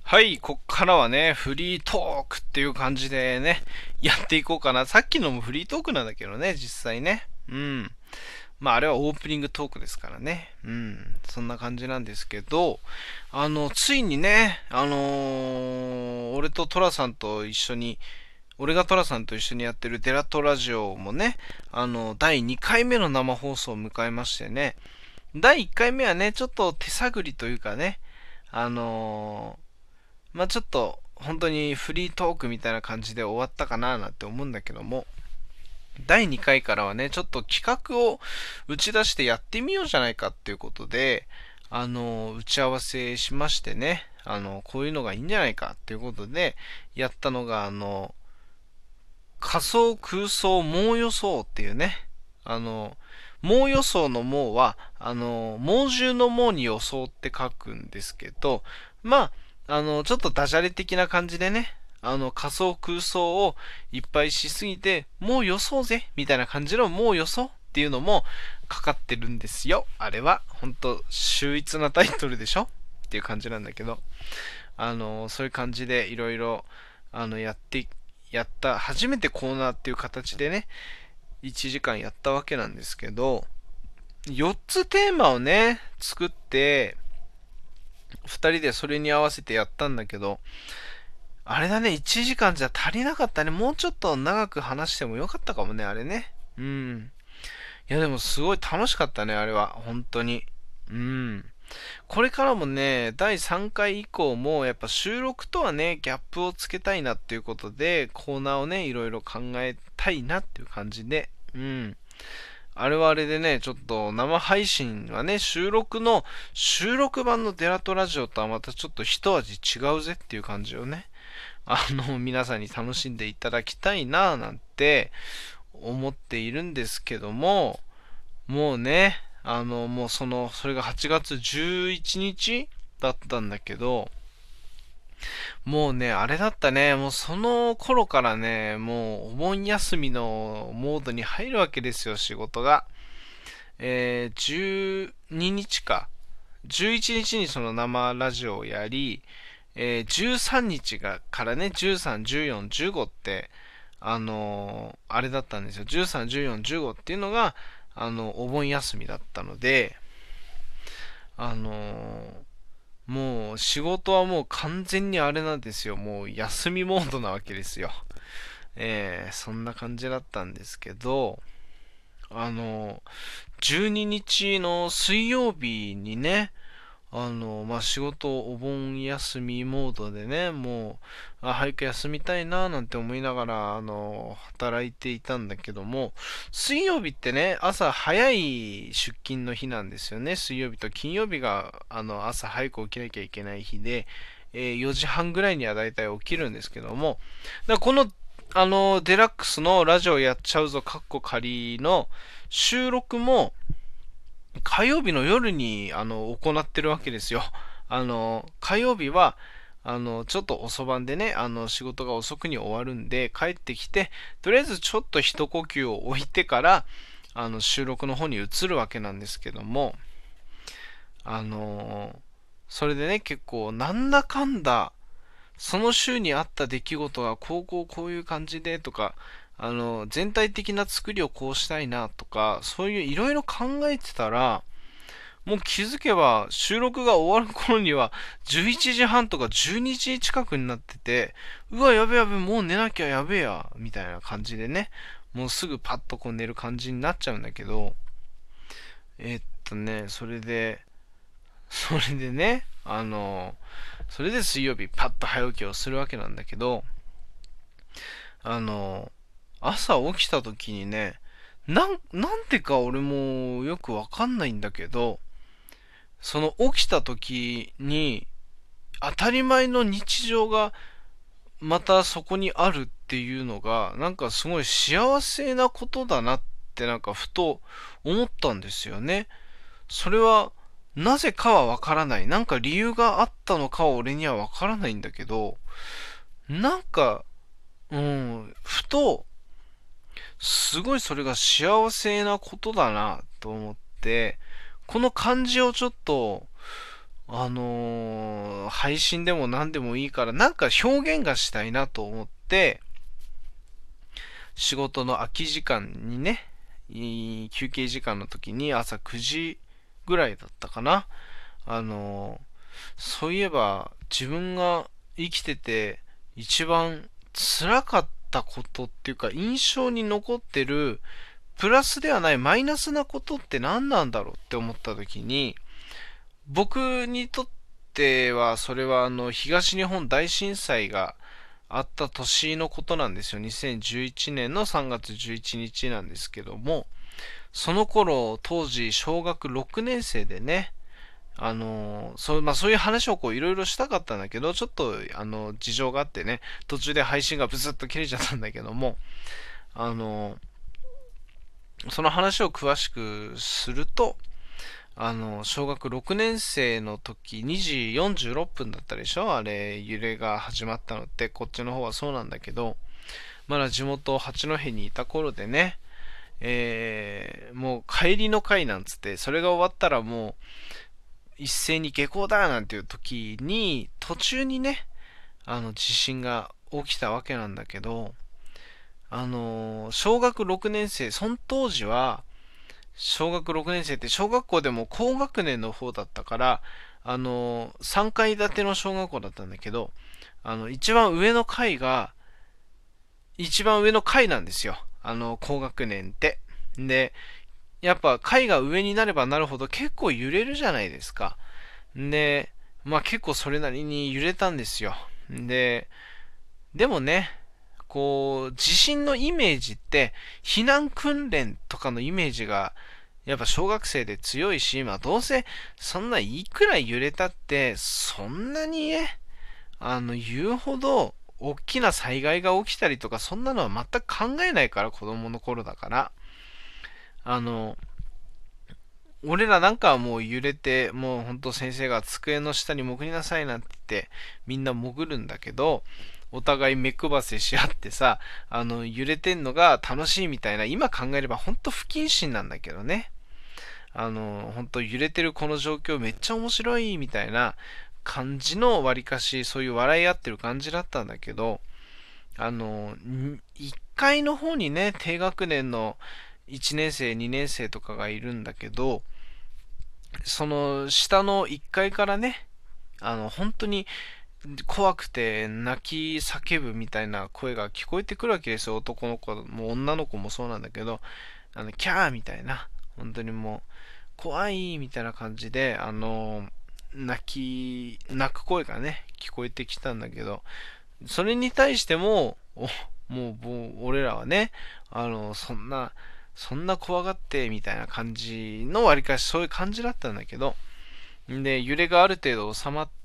はい、こっからはね、フリートークっていう感じでね、やっていこうかな。さっきのもフリートークなんだけどね、実際ね。うん。まあ、あれはオープニングトークですからね。うん。そんな感じなんですけど、ついにね、俺とトラさんと一緒に、俺がトラさんと一緒にやってるデラトラジオもね、第2回目の生放送を迎えましてね、第1回目はね、ちょっと手探りというかね、あのまあちょっと本当にフリートークみたいな感じで終わったかななんて思うんだけども、第2回からはね、ちょっと企画を打ち出してやってみようじゃないかっていうことで、打ち合わせしましてね、こういうのがいいんじゃないかっていうことで、やったのが、仮想空想妄予想っていうね、妄予想の妄は、猛獣の妄に予想って書くんですけど、まちょっとダジャレ的な感じでね、仮想空想をいっぱいしすぎて、もう予想ぜみたいな感じのもう予想っていうのもかかってるんですよ。あれは。ほんと、秀逸なタイトルでしょっていう感じなんだけど、そういう感じでいろいろ、やった、初めてコーナーっていう形でね、1時間やったわけなんですけど、4つテーマをね、作って、2人でそれに合わせてやったんだけど、あれだね、1時間じゃ足りなかったね。もうちょっと長く話してもよかったかもね、あれね。うん。いや、でもすごい楽しかったね、あれは。本当に。うん。これからもね、第3回以降も、やっぱ収録とはね、ギャップをつけたいなっていうことで、コーナーをね、いろいろ考えたいなっていう感じで、うん。あれはあれでね、ちょっと生配信はね、収録版のデラトラジオとはまたちょっと一味違うぜっていう感じをね、皆さんに楽しんでいただきたいなぁなんて思っているんですけども、もうね、もうそれが8月11日だったんだけど、もうね、あれだったね、もうその頃からね、もうお盆休みのモードに入るわけですよ、仕事が。12日か。11日にその生ラジオをやり、13日からね、13、14、15って、あれだったんですよ。13、14、15っていうのが、お盆休みだったので、あのーもう仕事はもう完全にあれなんですよ。もう休みモードなわけですよ。そんな感じだったんですけど、12日の水曜日にね、仕事お盆休みモードでね、もう、早く休みたいななんて思いながら、働いていたんだけども、水曜日ってね、朝早い出勤の日なんですよね。水曜日と金曜日が、朝早く起きなきゃいけない日で、4時半ぐらいにはだいたい起きるんですけども、だからこの、デラックスのラジオやっちゃうぞ、カッコ仮の収録も、火曜日の夜に、行ってるわけですよ。火曜日は、ちょっと遅番でね、仕事が遅くに終わるんで、帰ってきて、とりあえずちょっと一呼吸を置いてから、収録の方に移るわけなんですけども、あの、それでね、結構、なんだかんだ、その週にあった出来事がこういう感じでとか、全体的な作りをこうしたいなとか、そういういろいろ考えてたら、もう気づけば収録が終わる頃には11時半とか12時近くになってて、うわ、やべやべ、もう寝なきゃやべえや、みたいな感じでね、もうすぐパッとこう寝る感じになっちゃうんだけど、それでね、それで水曜日パッと早起きをするわけなんだけど、あの、朝起きた時にね、なんでか俺もよくわかんないんだけど、その起きた時に当たり前の日常がまたそこにあるっていうのがなんかすごい幸せなことだなってなんかふと思ったんですよね。それはなぜかはわからない。なんか理由があったのかは俺にはわからないんだけど、なんか、ふと、すごいそれが幸せなことだなと思って、この感じをちょっと配信でも何でもいいから、なんか表現がしたいなと思って、仕事の空き時間にね、休憩時間の時に朝9時ぐらいだったかな。そういえば自分が生きてて一番辛かったことっていうか印象に残ってるプラスではないマイナスなことって何なんだろうって思った時に、僕にとってはそれは東日本大震災があった年のことなんですよ。2011年の3月11日なんですけども、その頃当時小学6年生でね、そういう話をいろいろしたかったんだけど、ちょっと事情があってね、途中で配信がブツッと切れちゃったんだけども、あのその話を詳しくすると、小学6年生の時、2時46分だったでしょ、あれ、揺れが始まったのって、こっちの方はそうなんだけど、まだ地元八戸にいた頃でね、もう帰りの会なんつって、それが終わったらもう、一斉に下校だなんていう時に、途中にね、地震が起きたわけなんだけど、小学6年生、その当時は、小学6年生って小学校でも高学年の方だったから、3階建ての小学校だったんだけど、一番上の階なんですよ。高学年って。で、やっぱ階が上になればなるほど結構揺れるじゃないですか。で、まあ結構それなりに揺れたんですよ。でもね、地震のイメージって、避難訓練とかのイメージが、やっぱ小学生で強いし、まあどうせ、そんないくら揺れたって、そんなにね、言うほど、大きな災害が起きたりとか、そんなのは全く考えないから、子供の頃だから。あの、俺らなんかはもう揺れて、もうほんと先生が机の下に潜りなさいなんて言って、みんな潜るんだけど、お互い目配せし合ってさ、揺れてんのが楽しいみたいな、今考えればほんと不謹慎なんだけどね。ほんと揺れてるこの状況めっちゃ面白いみたいな感じのわりかし、そういう笑い合ってる感じだったんだけど、1階の方にね、低学年の1年生、2年生とかがいるんだけど、その下の1階からね、本当に怖くて泣き叫ぶみたいな声が聞こえてくるわけですよ。男の子も女の子もそうなんだけど、キャーみたいな、本当にもう、怖いみたいな感じで、泣く声がね、聞こえてきたんだけど、それに対しても、もう俺らはね、そんな怖がってみたいな感じのわりかしそういう感じだったんだけど、で、揺れがある程度収まって、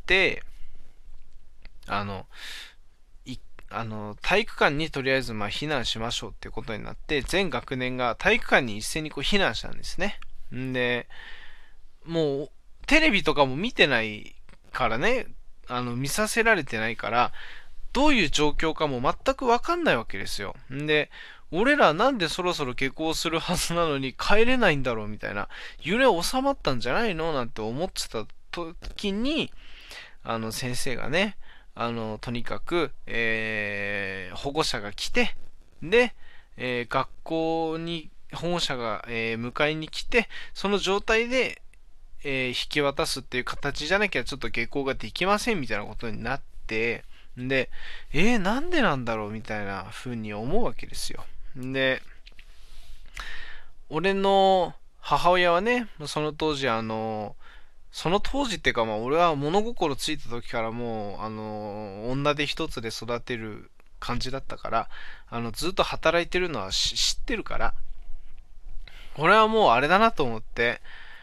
あの、い体育館にとりあえず避難しましょうっていうことになって、全学年が体育館に一斉に避難したんですね。んで、もう、テレビとかも見てないからね、見させられてないから、どういう状況かも全くわかんないわけですよ。んで、俺らなんでそろそろ下校するはずなのに帰れないんだろうみたいな、揺れ収まったんじゃないのなんて思ってた時に、先生がね、とにかく、保護者が来て、で、学校に保護者が、迎えに来て、その状態で、引き渡すっていう形じゃなきゃちょっと下校ができませんみたいなことになって、で、なんでなんだろうみたいな風に思うわけですよ。で、俺の母親はね、その当時その当時っていうか俺は物心ついた時からもう、女手一つで育てる感じだったから、ずっと働いてるのは知ってるから、俺はもうあれだなと思って、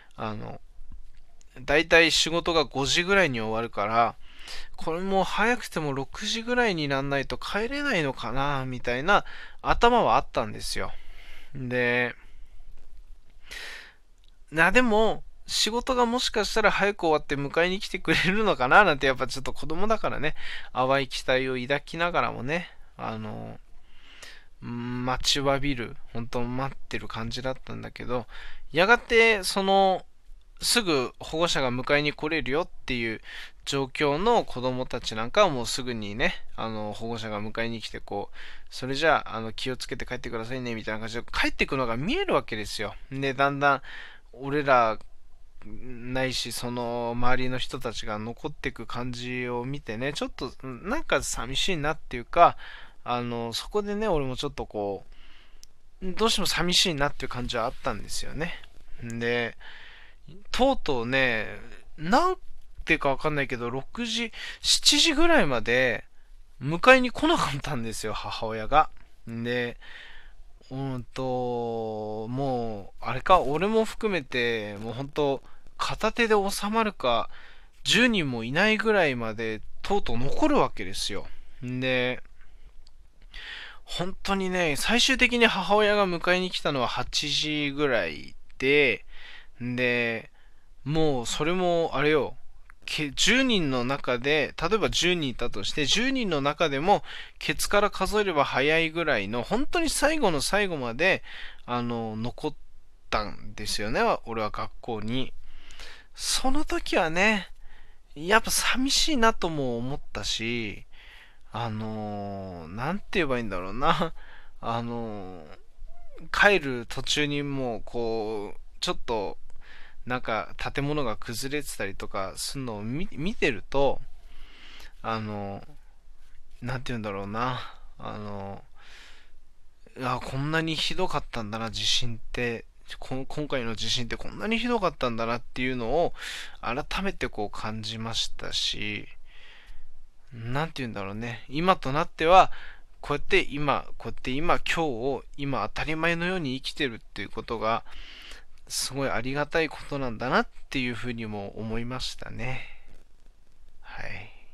だいたい仕事が5時ぐらいに終わるから、これもう早くても6時ぐらいになんないと帰れないのかな、みたいな頭はあったんですよ。で、でも、仕事がもしかしたら早く終わって迎えに来てくれるのかななんてやっぱちょっと子供だからね、淡い期待を抱きながらもね、待ちわびる、本当待ってる感じだったんだけど、やがてそのすぐ保護者が迎えに来れるよっていう状況の子供たちなんかはもうすぐにね、保護者が迎えに来てそれじゃあ、気をつけて帰ってくださいね、みたいな感じで帰ってくのが見えるわけですよ。で、だんだん、俺らないし、その周りの人たちが残っていく感じを見てね、ちょっとなんか寂しいなっていうか、そこでね、俺もちょっとどうしても寂しいなっていう感じはあったんですよね。で、とうとうね、なんてかわかんないけど、6時、7時ぐらいまで迎えに来なかったんですよ、母親が。で、もう、あれか、俺も含めて、もう本当片手で収まるか、10人もいないぐらいまで、とうとう残るわけですよ。で、本当にね、最終的に母親が迎えに来たのは8時ぐらいで、もうそれもあれよ、10人の中で、例えば10人いたとして、10人の中でも、ケツから数えれば早いぐらいの、本当に最後の最後まで、残ったんですよね、俺は学校に。その時はね、やっぱ寂しいなとも思ったし、なんて言えばいいんだろうな。あの帰る途中にもう、ちょっと、なんか建物が崩れてたりとかするのを見てると、あの、なんて言うんだろうな。こんなにひどかったんだな、地震って。今回の地震ってこんなにひどかったんだなっていうのを改めて感じましたし、なんて言うんだろうね。今となっては、こうやって今、今日を今当たり前のように生きてるっていうことが、すごいありがたいことなんだなっていうふうにも思いましたね。はい。